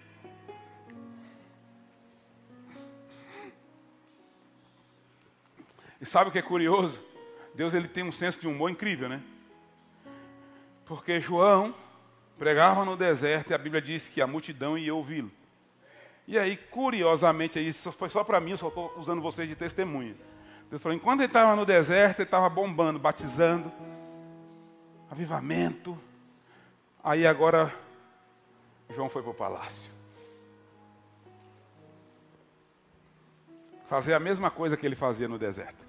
E sabe o que é curioso? Deus, ele tem um senso de humor incrível, né? Porque João pregava no deserto e a Bíblia diz que a multidão ia ouvi-lo. E aí, curiosamente, isso foi só para mim, eu só estou usando vocês de testemunha. Deus falou, enquanto ele estava no deserto, ele estava bombando, batizando, avivamento. Aí agora, João foi para o palácio. Fazer a mesma coisa que ele fazia no deserto.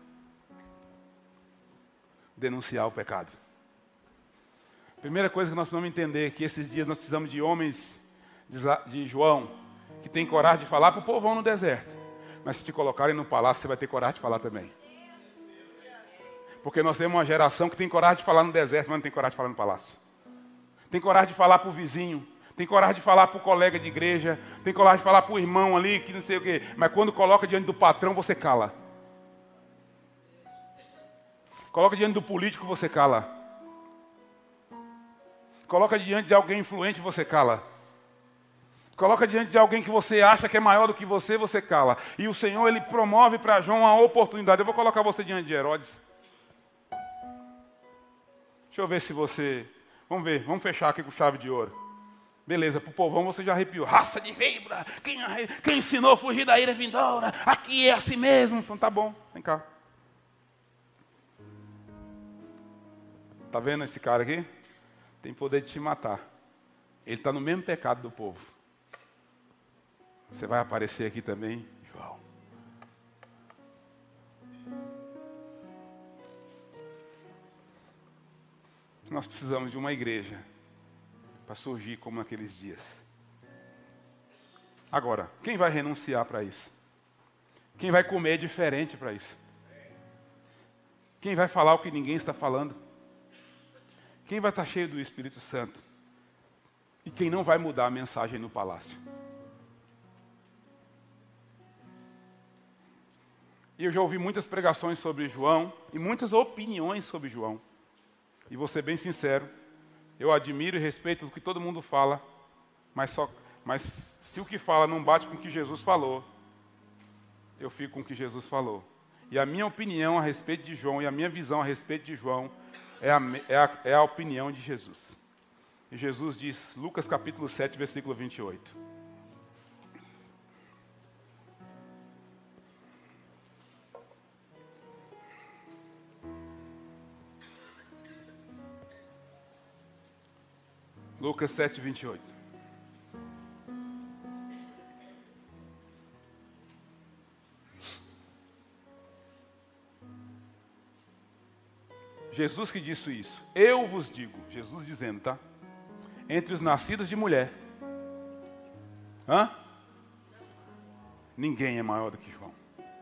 Denunciar o pecado. Primeira coisa que nós precisamos entender, que esses dias nós precisamos de homens de João, que tem coragem de falar para o povão no deserto. Mas se te colocarem no palácio, você vai ter coragem de falar também. Porque nós temos uma geração que tem coragem de falar no deserto, mas não tem coragem de falar no palácio. Tem coragem de falar para o vizinho, tem coragem de falar para o colega de igreja, tem coragem de falar para o irmão ali, que não sei o quê. Mas quando coloca diante do patrão, você cala. Coloca diante do político, você cala. Coloca diante de alguém influente, você cala. Coloca diante de alguém que você acha que é maior do que você, você cala. E o Senhor, Ele promove para João uma oportunidade. Eu vou colocar você diante de Herodes. Deixa eu ver se você... Vamos ver, vamos fechar aqui com chave de ouro. Beleza, para o povão você já arrepiou. Raça de víbora, quem, quem ensinou a fugir da ira vindoura? Aqui é assim mesmo. Então, tá bom, vem cá. Tá vendo esse cara aqui? Tem poder de te matar. Ele está no mesmo pecado do povo. Você vai aparecer aqui também, João. Nós precisamos de uma igreja para surgir como naqueles dias. Agora, quem vai renunciar para isso? Quem vai comer diferente para isso? Quem vai falar o que ninguém está falando? Quem vai estar cheio do Espírito Santo? E quem não vai mudar a mensagem no palácio? E eu já ouvi muitas pregações sobre João e muitas opiniões sobre João. E vou ser bem sincero, eu admiro e respeito o que todo mundo fala, mas, só, mas se o que fala não bate com o que Jesus falou, eu fico com o que Jesus falou. E a minha opinião a respeito de João e a minha visão a respeito de João é a, é a, é a opinião de Jesus. E Jesus diz, Lucas capítulo sete, versículo vinte e oito. Lucas sete, vinte e oito. Jesus que disse isso. Eu vos digo, Jesus dizendo, tá? Entre os nascidos de mulher, hã? Ninguém é maior do que João.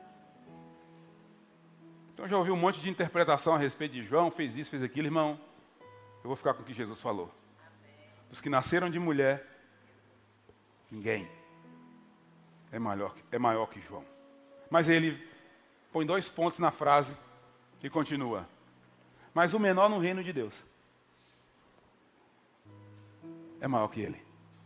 Então já ouvi um monte de interpretação a respeito de João, fez isso, fez aquilo, irmão. Eu vou ficar com o que Jesus falou. Dos que nasceram de mulher, ninguém é maior, é maior que João. Mas ele põe dois pontos na frase e continua. Mas o menor no reino de Deus é maior que ele.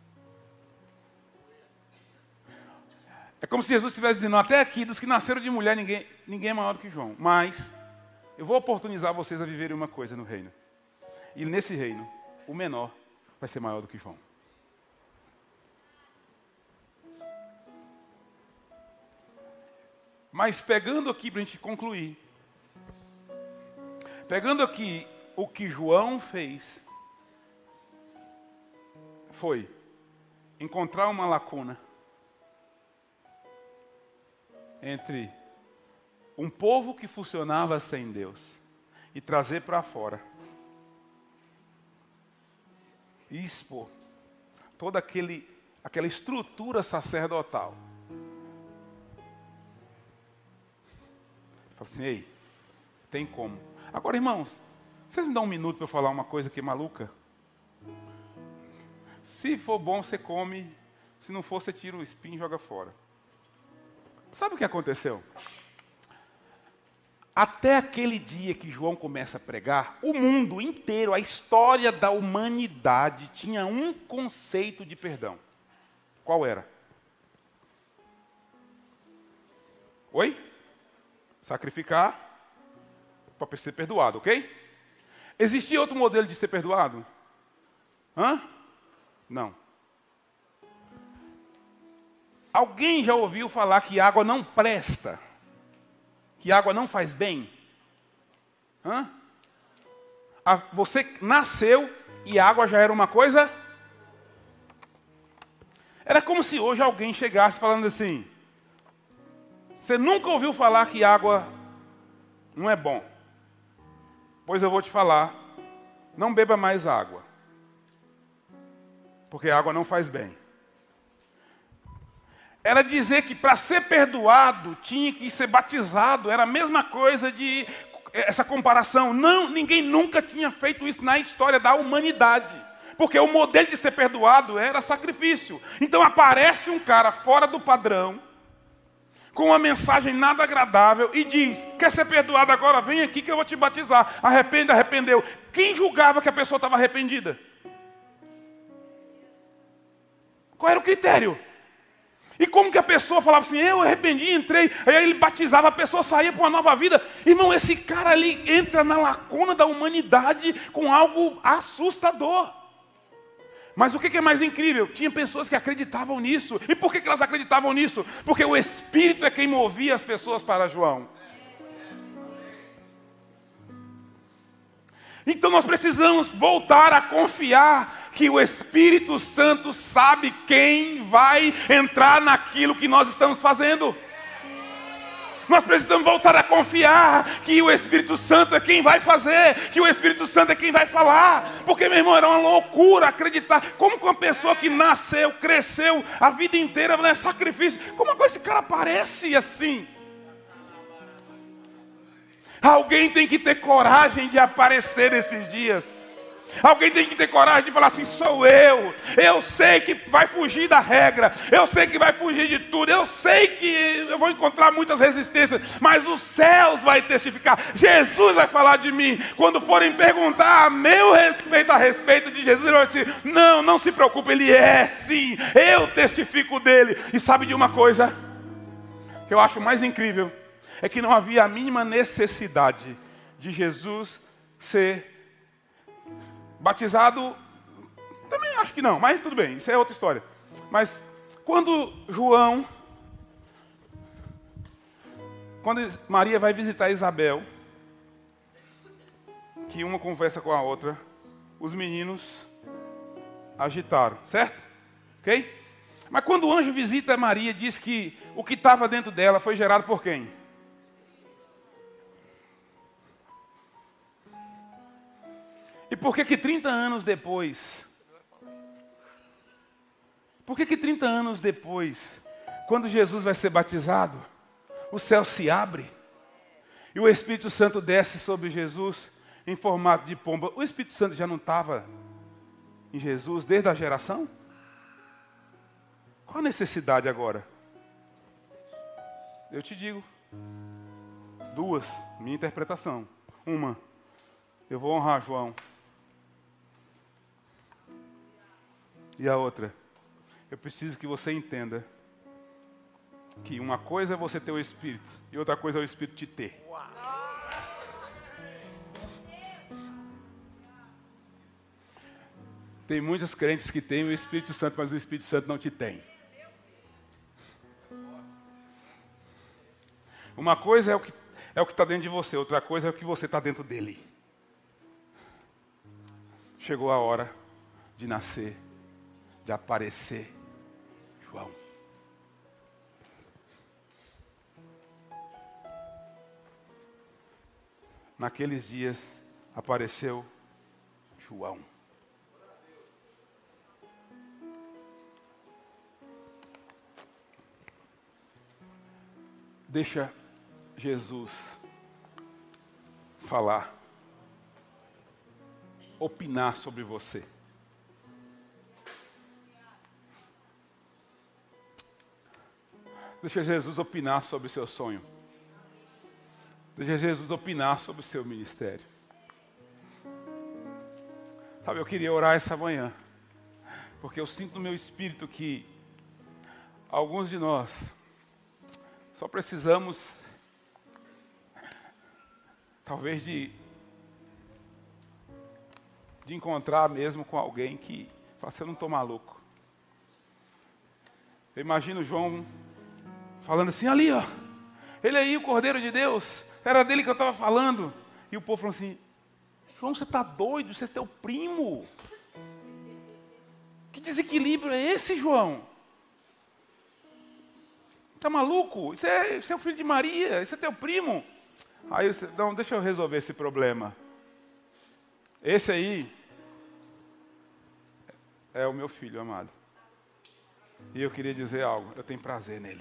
É como se Jesus estivesse dizendo, até aqui, dos que nasceram de mulher, ninguém, ninguém é maior do que João. Mas eu vou oportunizar vocês a viverem uma coisa no reino. E nesse reino, o menor vai ser maior do que João. Mas pegando aqui para a gente concluir, pegando aqui o que João fez, foi encontrar uma lacuna entre um povo que funcionava sem Deus e trazer para fora e expor toda aquele, aquela estrutura sacerdotal. Fala assim, ei, tem como. Agora, irmãos, vocês me dão um minuto para eu falar uma coisa aqui maluca? Se for bom, você come. Se não for, você tira o espinho e joga fora. Sabe o que aconteceu? Até aquele dia que João começa a pregar, o mundo inteiro, a história da humanidade, tinha um conceito de perdão. Qual era? Oi? Sacrificar para ser perdoado, ok? Existia outro modelo de ser perdoado? Hã? Não. Alguém já ouviu falar que água não presta? Que água não faz bem? Hã? A, você nasceu e água já era uma coisa? Era como se hoje alguém chegasse falando assim, você nunca ouviu falar que água não é bom? Pois eu vou te falar, não beba mais água. Porque a água não faz bem. Era dizer que para ser perdoado tinha que ser batizado. Era a mesma coisa de essa comparação. Não, ninguém nunca tinha feito isso na história da humanidade. Porque o modelo de ser perdoado era sacrifício. Então aparece um cara fora do padrão, com uma mensagem nada agradável, e diz, quer ser perdoado agora? Vem aqui que eu vou te batizar. Arrepende, arrependeu. Quem julgava que a pessoa estava arrependida? Qual era o critério? E como que a pessoa falava assim, eu arrependi, entrei, aí ele batizava, a pessoa saía para uma nova vida. Irmão, esse cara ali entra na lacuna da humanidade com algo assustador. Mas o que é mais incrível? Tinha pessoas que acreditavam nisso. E por que elas acreditavam nisso? Porque o Espírito é quem movia as pessoas para João. Então nós precisamos voltar a confiar que o Espírito Santo sabe quem vai entrar naquilo que nós estamos fazendo. Nós precisamos voltar a confiar que o Espírito Santo é quem vai fazer, que o Espírito Santo é quem vai falar. Porque, meu irmão, era uma loucura acreditar. Como que uma pessoa que nasceu, cresceu a vida inteira, né, sacrifício, como que esse cara parece assim? Alguém tem que ter coragem de aparecer nesses dias. Alguém tem que ter coragem de falar assim, sou eu. Eu sei que vai fugir da regra. Eu sei que vai fugir de tudo. Eu sei que eu vou encontrar muitas resistências. Mas os céus vai testificar. Jesus vai falar de mim. Quando forem perguntar a meu respeito, a respeito de Jesus, ele vai dizer, não, não se preocupe, ele é sim. Eu testifico dele. E sabe de uma coisa que eu acho mais incrível? É que não havia a mínima necessidade de Jesus ser batizado. Também acho que não, mas tudo bem, isso é outra história. Mas quando João, quando Maria vai visitar Isabel, que uma conversa com a outra, os meninos agitaram, certo? Ok? Mas quando o anjo visita Maria, diz que o que estava dentro dela foi gerado por quem? E por que que trinta anos depois, por que que trinta anos depois, quando Jesus vai ser batizado, o céu se abre e o Espírito Santo desce sobre Jesus em formato de pomba? O Espírito Santo já não estava em Jesus desde a geração? Qual a necessidade agora? Eu te digo, duas, minha interpretação. Uma, eu vou honrar João. E a outra, eu preciso que você entenda que uma coisa é você ter o Espírito e outra coisa é o Espírito te ter. Tem muitos crentes que têm o Espírito Santo, mas o Espírito Santo não te tem. Uma coisa é o que é o que está dentro de você, outra coisa é o que você está dentro dele. Chegou a hora de nascer, de aparecer João. Naqueles dias apareceu João. Deixa Jesus falar, opinar sobre você. Deixa Jesus opinar sobre o seu sonho. Deixa Jesus opinar sobre o seu ministério. Sabe, eu queria orar essa manhã, porque eu sinto no meu espírito que alguns de nós só precisamos, talvez, de, de encontrar mesmo com alguém que fala, você não estou maluco. Eu imagino João falando assim, ali ó, ele aí, o Cordeiro de Deus, era dele que eu estava falando. E o povo falando assim, João, você está doido, você é teu primo. Que desequilíbrio é esse, João? Está maluco? Isso é, isso é o filho de Maria, isso é teu primo. Aí você, não, deixa eu resolver esse problema. Esse aí é o meu filho amado. E eu queria dizer algo, eu tenho prazer nele.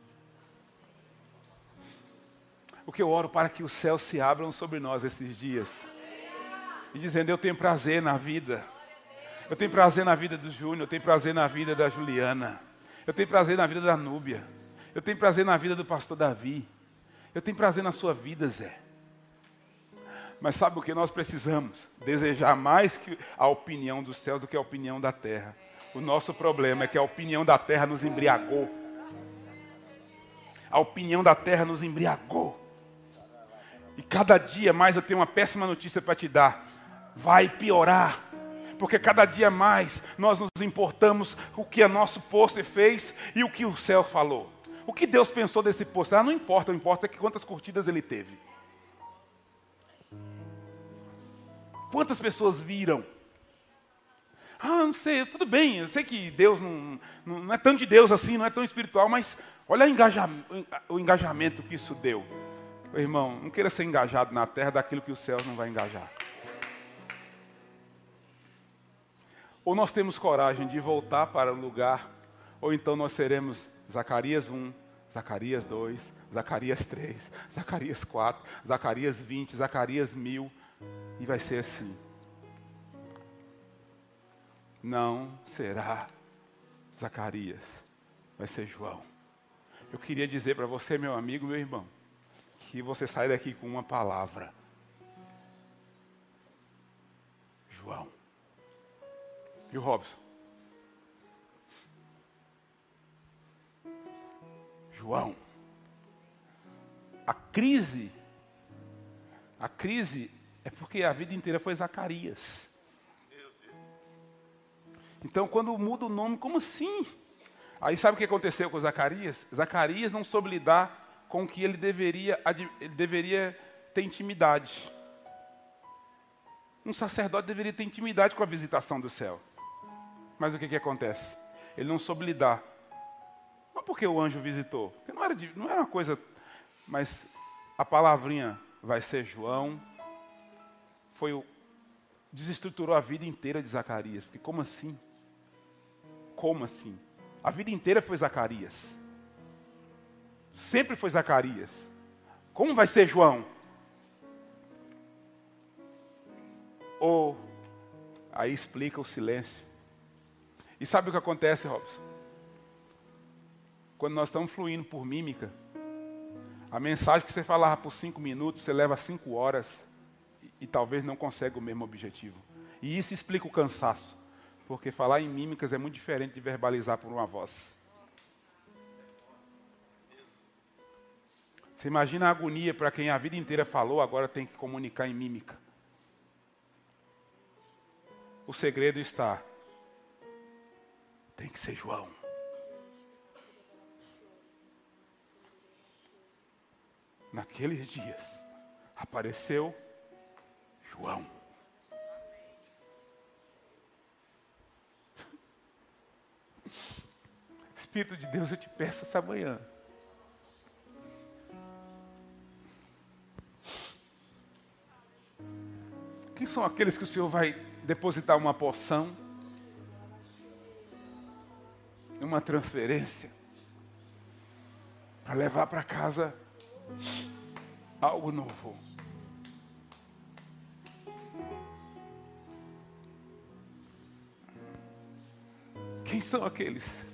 O que eu oro para que os céus se abram sobre nós esses dias. E dizendo, eu tenho prazer na vida. Eu tenho prazer na vida do Júnior, eu tenho prazer na vida da Juliana. Eu tenho prazer na vida da Núbia. Eu tenho prazer na vida do pastor Davi. Eu tenho prazer na sua vida, Zé. Mas sabe o que nós precisamos? Desejar mais que a opinião do céu do que a opinião da terra. O nosso problema é que a opinião da terra nos embriagou. A opinião da terra nos embriagou. E cada dia mais eu tenho uma péssima notícia para te dar. Vai piorar. Porque cada dia mais nós nos importamos com o que o nosso pôster fez e o que o céu falou. O que Deus pensou desse pôster? Ah, não importa, o que importa é que quantas curtidas ele teve. Quantas pessoas viram? Ah, não sei, tudo bem, eu sei que Deus não, não, não é tanto de Deus assim, não é tão espiritual, mas olha o engajamento, o engajamento que isso deu. Meu irmão, não queira ser engajado na terra daquilo que o céu não vai engajar. Ou nós temos coragem de voltar para o lugar, ou então nós seremos Zacarias um, Zacarias dois, Zacarias três, Zacarias quatro, Zacarias vinte, Zacarias mil, e vai ser assim. não será Zacarias, vai ser João. Eu queria dizer para você, meu amigo, meu irmão, que você sai daqui com uma palavra. João. E o Robson? João. A crise, a crise é porque a vida inteira foi Zacarias. Então, quando muda o nome, como assim? Aí sabe o que aconteceu com Zacarias? Zacarias não soube lidar com o que ele deveria, ele deveria ter intimidade. Um sacerdote deveria ter intimidade com a visitação do céu. Mas o que, que acontece? Ele não soube lidar. Não porque o anjo visitou, porque não era, de, não era uma coisa... Mas a palavrinha vai ser João, foi o... desestruturou a vida inteira de Zacarias. Porque como assim? Como assim? A vida inteira foi Zacarias. Sempre foi Zacarias. Como vai ser João? Ou, aí explica o silêncio. E sabe o que acontece, Robson? Quando nós estamos fluindo por mímica, a mensagem que você falava por cinco minutos, você leva cinco horas e, e talvez não consegue o mesmo objetivo. E isso explica o cansaço. Porque falar em mímicas é muito diferente de verbalizar por uma voz. Você imagina a agonia para quem a vida inteira falou, agora tem que comunicar em mímica. O segredo está. Tem que ser João. Naqueles dias, apareceu João. Espírito de Deus, eu te peço essa manhã. Quem são aqueles que o Senhor vai depositar uma porção? Uma transferência? Para levar para casa algo novo. Quem são aqueles?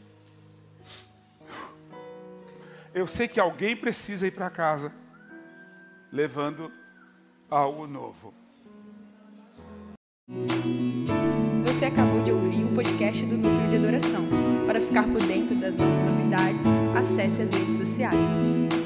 Eu sei que alguém precisa ir para casa levando algo novo. Você acabou de ouvir o podcast do Núcleo de Adoração. Para ficar por dentro das nossas novidades, acesse as redes sociais.